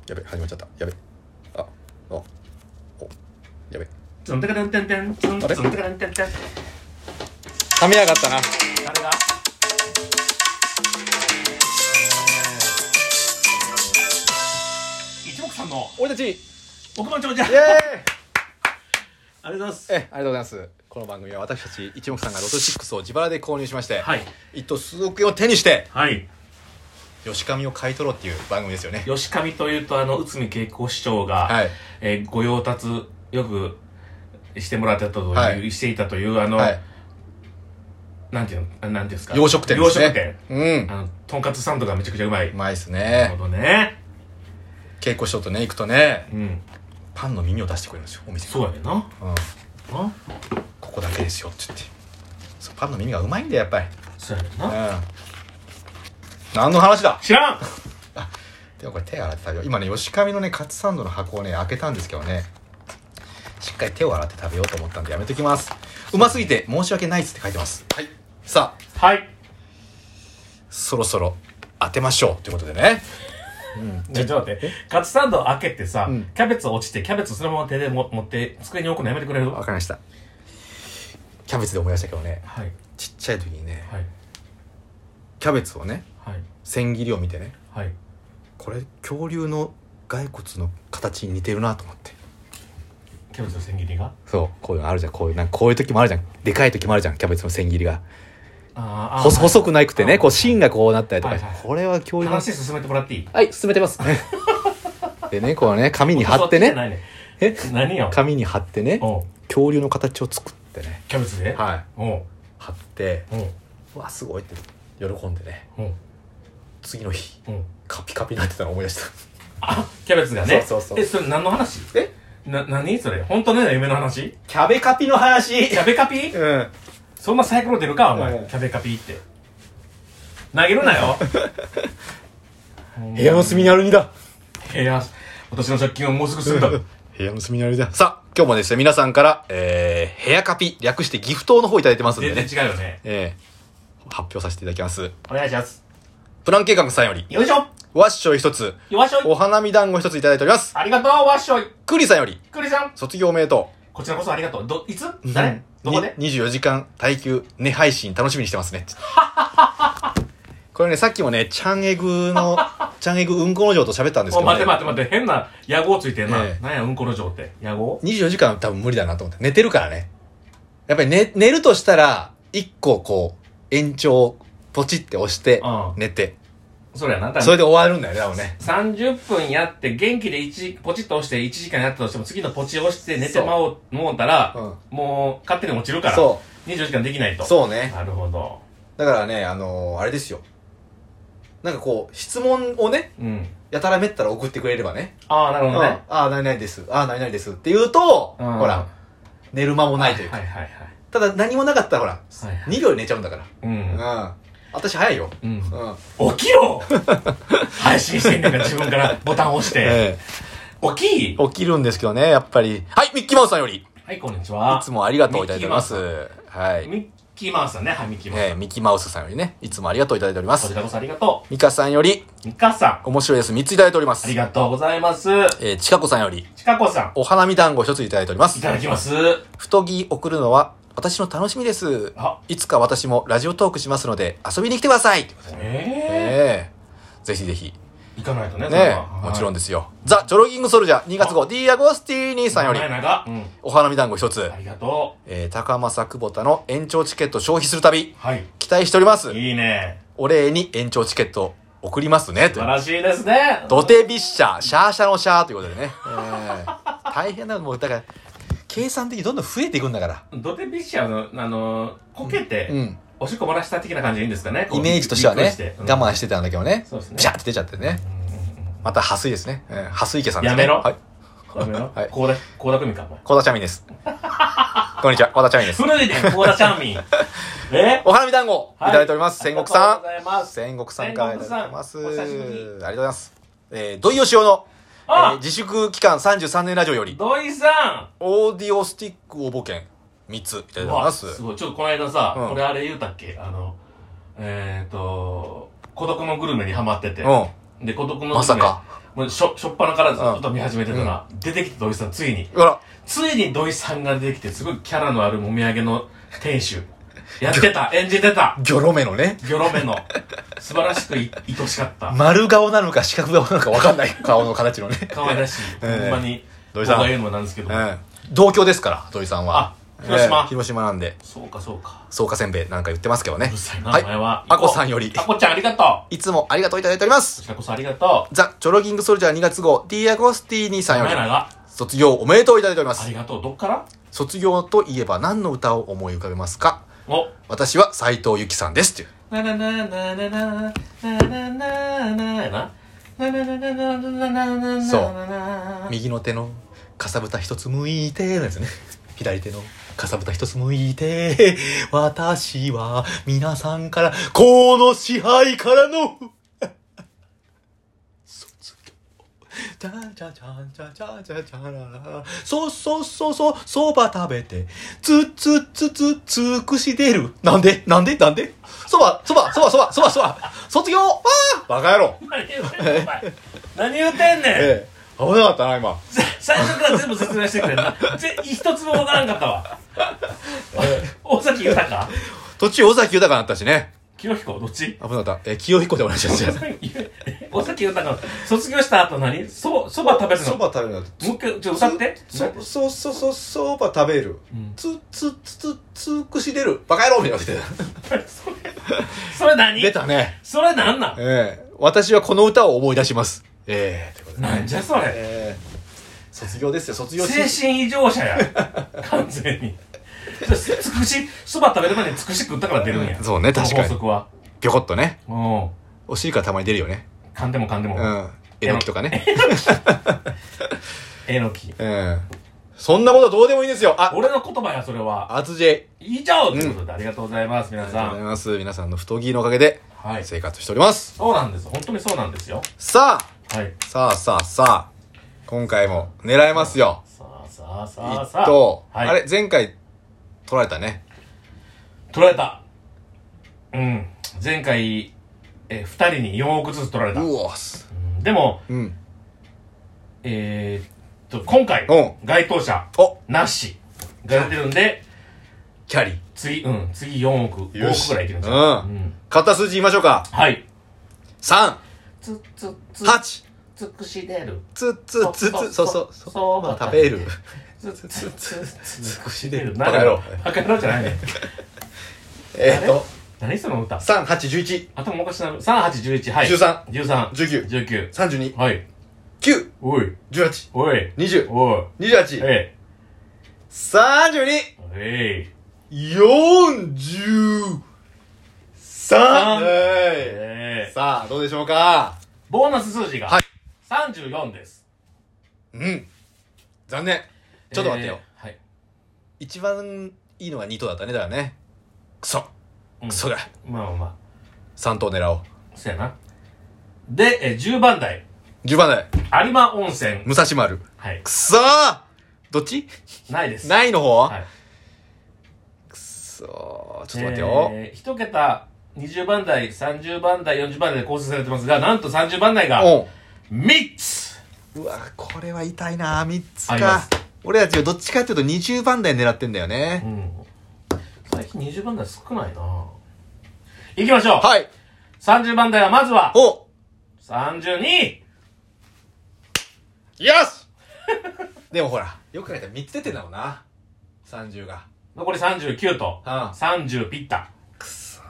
やべ、始まっちゃった。やべ。あ、お、やべ。 ツンテカテンテンテン、ツンテカテンテンテン。 はめやがったな。 誰が？一目さんの俺たち、 億万長者。 イエーイ。 ありがとうございます。 ありがとうございます。この番組は私たち一目さんがロト6を自腹で購入しまして、 はい。 一等数億円を手にして、 はい。 吉上を買い取ろうっていう番組ですよね。 吉上というと内海恵子市長が、 はい。 ご用達よくしてもらってたという、 はい、 していたというはい、 なんていうんですか。 洋食店ですね。 洋食店。 うん。 とんかつサンドがめちゃくちゃうまい。 うまいですなね。 るほどね。 稽古しととね、行くとね、 うん。 パンの耳を出してくれるんですよ、お店。 そうやねんな。 うん。 あ、 ここだけですよって言って。そう、パンの耳がうまいんだよ、やっぱり。 そうやねんな。 うん。何の話だ。 知らん。 でもこれ手洗って食べよう。今ね、吉上のね、カツサンドの箱をね、開けたんですけどね、しっかり手を洗って食べようと思ったんでやめときます。うますぎて申し訳ないっつって書いてます。はい。さあ、 はい。 そろそろ当てましょうということでね。 うん。ちょっと待って。カツサンド開けてさ、 うん、 キャベツ落ちて、キャベツそのまま手で持って机に置くのやめてくれる？ わかりました。キャベツで思い出したけどね、 はい。 ちっちゃい時にね、 はい。 キャベツをね、 はい。 千切りを見てね、 はい。 これ恐竜の骸骨の形に似てるなと思って。 キャベツの千切りが？ そう、こういうのあるじゃん。こういう時もあるじゃん。でかい時もあるじゃん、キャベツの千切りが。細くなくてね、こう芯がこうなったりとか、はいはい、これは恐竜の。 話進めてもらっていい？ はい、進めてますでね、こうね、紙に貼ってね、 何よ、 紙に貼ってね、恐竜の形を作ってね、 キャベツで、 はい、貼って、うわすごいって喜んでね、次の日、カピカピになってたのを思い出した。 あ、キャベツがね。 そう。 それ何の話？何それ？本当の夢の話？ キャベカピの話。 キャベカピ？ うん。 そんなサイクロ出るかお前、キャベカピって投げるなよ部屋の隅にあるにだ。 私の借金はもうすぐ済んだ。 部屋の隅にあるにだ。さあ今日もですね、皆さんから部屋カピ、略してギフトの方いただいてますんでね。 全然違うよね。 発表させていただきます。 お願いします。 プラン計画さんより、 よいしょ、 ワッショイ一つ、 よいしょ、 お花見団子一ついただいております。 ありがとう。ワッショイ。 クリさんより、 クリさん、 卒業おめでとう。 こちらこそありがとう。いつ？誰？どこで ？24時間耐久寝配信楽しみにしてますね。これね、さっきもね、チャンエグうんこの城と喋ったんですけど、ね、 待って、変な野号ついてんな。なんやうんこの城って野号 ？24時間多分無理だなと思って。寝てるからね。やっぱり寝るとしたら1個こう延長ポチって押して寝て、 それやな。 それで終わるんだよね、多分ね。 30分やって元気でポチッと押して1時間やったとしても、次のポチ押して寝て思ったら、もう勝手に落ちるから、24時間できないと。 そうね。 なるほど。 だからね、あれですよ。なんかこう、質問をね、やたらめったら送ってくれればね。 ああ、なるほどね。 何々です。何々ですって言うと、ほら、寝る間もないというか。ただ何もなかったらほら、2秒で寝ちゃうんだから。私早いよ。 起きろ配信してんねんから自分からボタン押して。起きるんですけどね、やっぱり。はい、ミッキーマウスさんより。 はい、こんにちは。 いつもありがとういただいております。はい。 ミッキーマウスさんね。はい、ミッキーマウス。 ミッキーマウスさんよりね、いつもありがとういただいております。 こちらこそありがとう。 ミカさんより。 ミカさん。面白いです。3ついただいております。 ありがとうございます。 ちかこさんより。 ちかこさん。 お花見団子1ついただいております。 いただきます。 太着送るのは、私の楽しみです。いつか私もラジオトークしますので遊びに来てください。ぜひぜひ行かないとね。 もちろんですよ。ザ・ジョロギングソルジャー2月号 D アゴスティーニさんよりお花見団子一つ。 ありがとう。高政久保田の延長チケット消費する旅、期待しております。 いいね。 お礼に延長チケット送りますね。 素晴らしいですね。 ドテビッシャーシャーシャのシャーということでね。大変なのもうだから計算的にどんどん増えていくんだから。 ドテビッシャーのこけて、おしっこ漏らした的な感じでいいんですかね。 イメージとしてはね、我慢してたんだけどね。 そうですね。 ピシャって出ちゃってね。また、破水ですね。破水家さんですね。やめろ。 はい。 やめろ。コーダクミか、お前。 コーダチャミンです。こんにちは、コーダチャミンです。 古いね、コーダチャミン。 お花見団子、いただいております。戦国さん。 ありがとうございます。 戦国さんからいただいてます。 お久しぶり。 ありがとうございます。土井善雄の、自粛期間33年ラジオより、 土井さんオーディオスティック応募券3ついただいております。 すごい。ちょっとこの間さ、これあれ言うたっけ孤独のグルメにハマってて。で、孤独のグルメ。 まさか。 もうしょっぱなからずっと見始めてたら、出てきた土井さん、ついに土井さんが出てきて、すごいキャラのあるもみあげの店主。やってた、演じてた。 ギョロ目のね。 ギョロ目の。素晴らしく愛しかった。 丸顔なのか四角顔なのか分かんない顔の形のね。 可愛らしい。ほんまに。 土井さん。 僕が言うのもなんですけど。 同郷ですから、土井さんは。広島なんで。 そうか。 草加せんべいなんか言ってますけどね。 うるさいな、お前は。 あこさんより。 あこちゃんありがとう。 いつもありがとういただいております。 こちらこそありがとう。 ザ・チョロギングソルジャー2月号、ディアゴスティーニさんより。 お前らが。 卒業おめでとういただいております。 ありがとう。どっから卒業といえば何の歌を思い浮かべますか？私は斉藤由貴さんですっていう。 ななななななななななな。 そう。右の手のかさぶた一つ向いてのやつね。左手のかさぶた一つ向いて、私は皆さんからこの支配からの卒業。チャチャチャチャチャチャチャララ。そば食べて、つくし出る。なんでそば。卒業バカ野郎。 何言うてんねん。 危なかったな、今。 最初から全部説明してくれんな。一つもわからんかったわ。尾崎豊。 途中尾崎豊になったしね。 清彦どっち？ 危なかった。清彦でお願いします。 尾崎豊卒業した後何？そば食べるの？ そば食べるの。 もう一回、歌って。 そば食べる。つくし出る。バカ野郎みたいな言ってた。 それ何？ 出たね。 それなんなん？ 私はこの歌を思い出します。 なんじゃそれ。 卒業ですよ、卒業精神異常者や。完全に。つくし、そば食べる前につくし食ったから出るんや。 そうね、確かに。 法則は。 ぴょこっとね。 お尻からたまに出るよね。 噛んでも。 えのきとかね。 えのき。 そんなことどうでもいいんですよ。 俺の言葉や、それは。 あつじ以上ということで、ありがとうございます、皆さん。 ありがとうございます。皆さんの太着のおかげで、生活しております。 そうなんです。本当にそうなんですよ。 さあ、今回も狙えますよ。あれ、前回、取られたね。 取られた。前回、2人に4億ずつ取られた。でも、今回、該当者、なしが出てるんで、 キャリ。 次4億、5億ぐらいいけるんですよ。買った数字言いましょうか。 はい。 3、8、 つくし出る。 そう、食べる。 つくし出る。 バカ野郎。 バカ野郎じゃないね。何その歌？ 3、8、11。 頭おかしなる。3、8、11。はい。 13、 19、 32。 はい。 9、 おい。 18、 おい。 20、 おい。 28、32、43。さあ、どうでしょうか。 ボーナス数字が34です。 残念。ちょっと待ってよ。 はい。 一番いいのが2等だったね。だからね。クソが。 まあ。 3等狙おう。 そうやな。で、10番台。 10番台。 有馬温泉。 武蔵丸。 はい。 くそー！どっち？ ないです。 ないの方？ はい。 くそー。ちょっと待ってよ。 1桁、20番台、30番台、40番台で構成されてますが、なんと30番台が、3つ！ うわ、これは痛いな。3つか。俺たちはどっちかっていうと20番台狙ってんだよね。 最近20番台少ないな。行きましょう。 はい。 30番台はまずは、32！ よしでもほら、よく考えたら3つ出てんだもんな。30が。 残り39と、30ピッタ。 くそ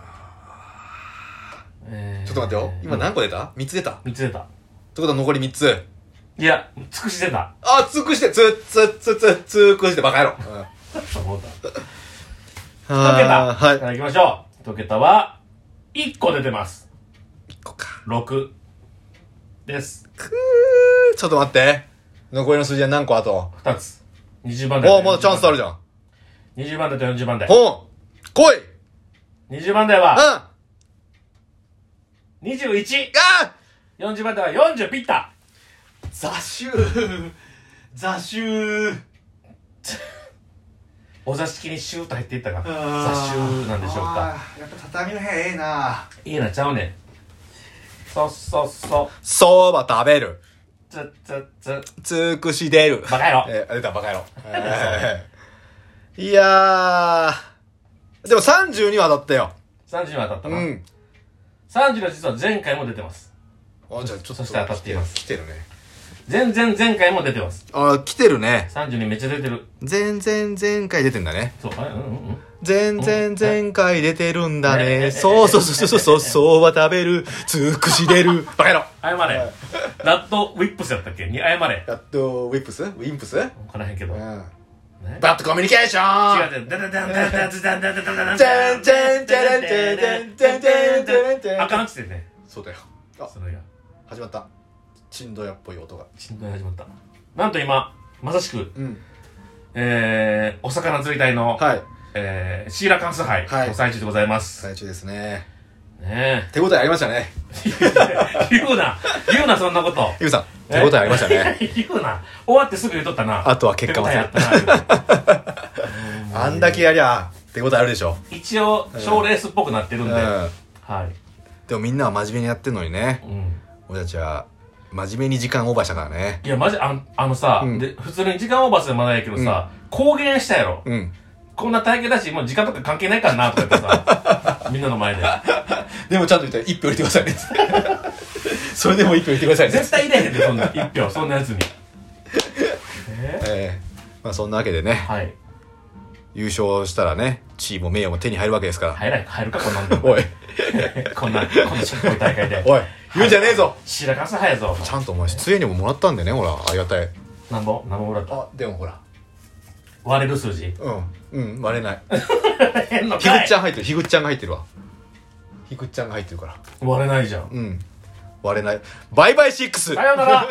ー。ちょっと待ってよ。今何個出た？ 3 つ出た。 3つ出た。 ってことは残り3つ。 いや、尽くし出た。 尽くして、尽くして、バカ野郎。 思った。1桁。はい。行きましょう。1桁は、1個出てます。 1個か。 6。です。 ちょっと待って。残りの数字は何個あと？ 2つ。20番台。 まだチャンスあるじゃん。 20番台と40番台。 来い !20 番台は、21! 40番台は40ピッタ。 雑種お座敷にシューッと入っていったが、雑種なんでしょうか。 やっぱ畳の部屋ええな。 いいな、ちゃうねん。 そば食べる。 つくし出る。 バカ野郎。 出た、バカ野郎。いやー、でも30には当たったよ。 30には当たったな。 うん。 30の実は前回も出てます。 あ、じゃあちょっとそして当たっています。 来てるね。 前回も出てます。 あ、来てるね。 30にめっちゃ出てる。 前回出てんだね。 そう、 前回出てるんだね。そうは食べる。つくし出る。バカ野郎。 謝れ。ラッドウィップスやったっけに謝れ。 ラッドウィップスウィンプスわからへんけど。 バッドコミュニケーション。 違う、ダダダンダダダダダダダダダン。あかんっつってね。 そうだよ。あ、 それが始まった。チンドヤっぽい音が。 チンドヤ始まった。なんと今、まさしく、お魚釣り隊の、シーラカンス杯の最中でございます。 最中ですね。 ね手応えありましたね。 言うな、そんなこと。 ゆうさん、手応えありましたね。 言うな。終わってすぐ言うとったな。 あとは結果待ち。あんだけやりゃ、手応えあるでしょ。 一応、賞レースっぽくなってるんで。はい。 でもみんなは真面目にやってんのにね。俺たちは、真面目に時間オーバーしたからね。 いや、マジ、さ、普通に時間オーバーするまだやけどさ、公言したやろ。こんな体型だし、もう時間とか関係ないからな、とか言ってさ、みんなの前で。 でもちゃんと言ったら1票入れてくださいね。それでも1票入れてくださいね。 絶対入れへんで、そんな1票、そんなやつに。 まあそんなわけでね。はい。優勝したらね、地位も名誉も手に入るわけですから。 入るか、こんなんで。 おい。 こんなしょっぽい大会で。 おい、言うんじゃねえぞ。 白かさ早ぞ。 ちゃんとお前、出演料ももらったんでね、ほら、ありがたい。 なんぼもらった。 あ、でもほら。 割れる数字？ 割れない。 変のかい。 ひぐっちゃん入ってる、ひぐっちゃんが入ってるわ。ひぐっちゃんが入ってるから。 割れないじゃん。 割れない。バイバイ6。 さよなら。